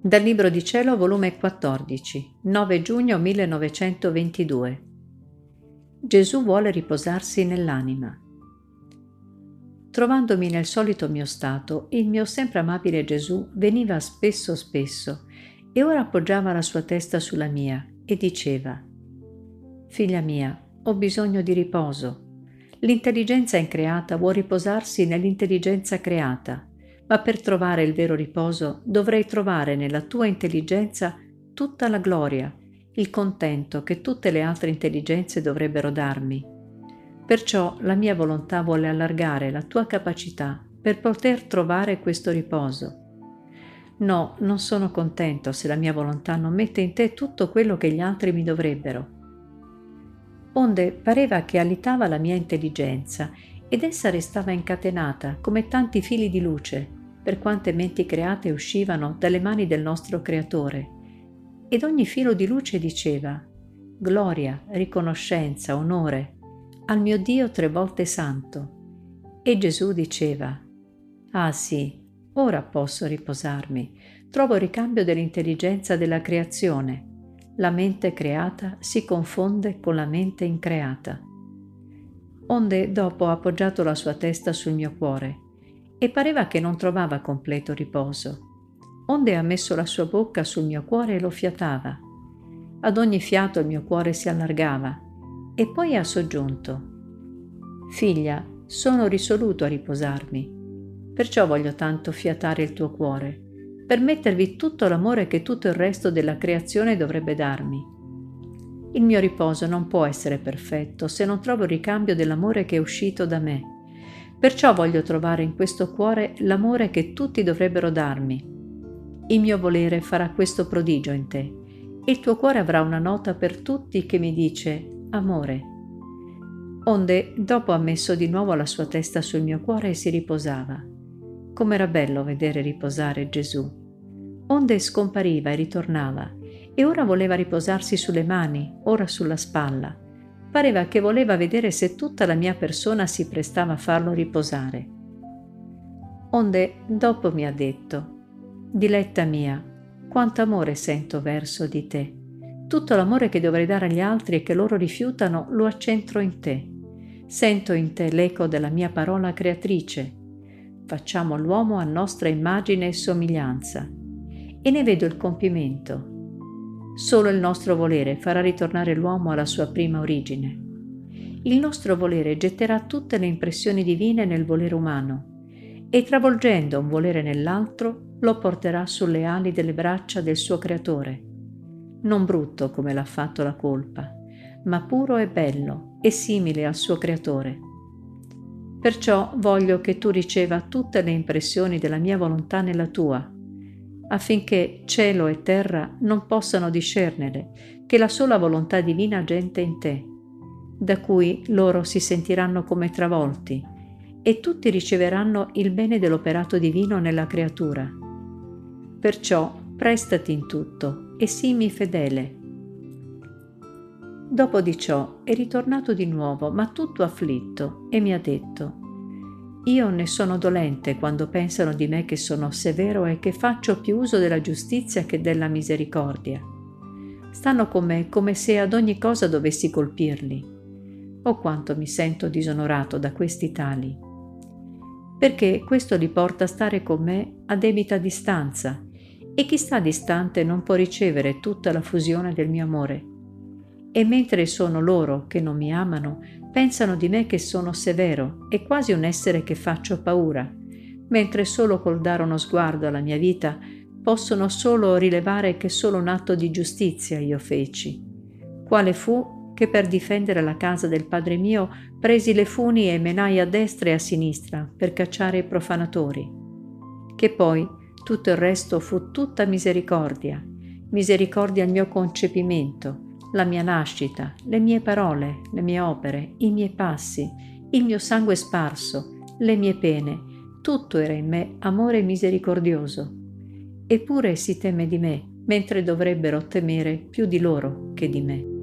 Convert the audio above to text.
Dal Libro di Cielo, volume 14, 9 giugno 1922. Gesù vuole riposarsi nell'anima. Trovandomi nel solito mio stato, il mio sempre amabile Gesù veniva spesso e ora appoggiava la sua testa sulla mia e diceva: «Figlia mia, ho bisogno di riposo. L'intelligenza increata vuol riposarsi nell'intelligenza creata. Ma per trovare il vero riposo dovrei trovare nella tua intelligenza tutta la gloria, il contento che tutte le altre intelligenze dovrebbero darmi. Perciò la mia volontà vuole allargare la tua capacità per poter trovare questo riposo. No, non sono contento se la mia volontà non mette in te tutto quello che gli altri mi dovrebbero». Onde pareva che alitava la mia intelligenza ed essa restava incatenata come tanti fili di luce, per quante menti create uscivano dalle mani del nostro Creatore, ed ogni filo di luce diceva: «Gloria, riconoscenza, onore al mio Dio 3 volte santo». E Gesù diceva: «Ah sì, ora posso riposarmi, trovo il ricambio dell'intelligenza della creazione. La mente creata si confonde con la mente increata». Onde dopo ha appoggiato la sua testa sul mio cuore e pareva che non trovava completo riposo. Onde ha messo la sua bocca sul mio cuore e lo fiatava. Ad ogni fiato il mio cuore si allargava e poi ha soggiunto: «Figlia, sono risoluto a riposarmi, perciò voglio tanto fiatare il tuo cuore, per mettervi tutto l'amore che tutto il resto della creazione dovrebbe darmi. Il mio riposo non può essere perfetto se non trovo il ricambio dell'amore che è uscito da me. Perciò voglio trovare in questo cuore l'amore che tutti dovrebbero darmi. Il mio volere farà questo prodigio in te, e il tuo cuore avrà una nota per tutti che mi dice amore». Onde dopo ha messo di nuovo la sua testa sul mio cuore e si riposava. Com'era bello vedere riposare Gesù. Onde scompariva e ritornava, e ora voleva riposarsi sulle mani, ora sulla spalla. Pareva che voleva vedere se tutta la mia persona si prestava a farlo riposare. Onde dopo mi ha detto: «Diletta mia, quanto amore sento verso di te. Tutto l'amore che dovrei dare agli altri e che loro rifiutano lo accentro in te. Sento in te l'eco della mia parola creatrice. Facciamo l'uomo a nostra immagine e somiglianza. E ne vedo il compimento. Solo il nostro volere farà ritornare l'uomo alla sua prima origine. Il nostro volere getterà tutte le impressioni divine nel volere umano e, travolgendo un volere nell'altro, lo porterà sulle ali delle braccia del suo creatore. Non brutto come l'ha fatto la colpa, ma puro e bello e simile al suo creatore. Perciò voglio che tu riceva tutte le impressioni della mia volontà nella tua, affinché cielo e terra non possano discernere che la sola volontà divina agente in te, da cui loro si sentiranno come travolti e tutti riceveranno il bene dell'operato divino nella creatura. Perciò prestati in tutto e sii fedele». Dopo di ciò è ritornato di nuovo, ma tutto afflitto, e mi ha detto: «Io ne sono dolente quando pensano di me che sono severo e che faccio più uso della giustizia che della misericordia. Stanno con me come se ad ogni cosa dovessi colpirli. Oh, quanto mi sento disonorato da questi tali! Perché questo li porta a stare con me a debita distanza, e chi sta distante non può ricevere tutta la fusione del mio amore. E mentre sono loro che non mi amano, pensano di me che sono severo e quasi un essere che faccio paura, mentre solo col dare uno sguardo alla mia vita possono solo rilevare che solo un atto di giustizia io feci, quale fu che per difendere la casa del Padre mio presi le funi e menai a destra e a sinistra per cacciare i profanatori, che poi tutto il resto fu tutta misericordia, misericordia al mio concepimento, la mia nascita, le mie parole, le mie opere, i miei passi, il mio sangue sparso, le mie pene, tutto era in me amore misericordioso. Eppure si teme di me, mentre dovrebbero temere più di loro che di me».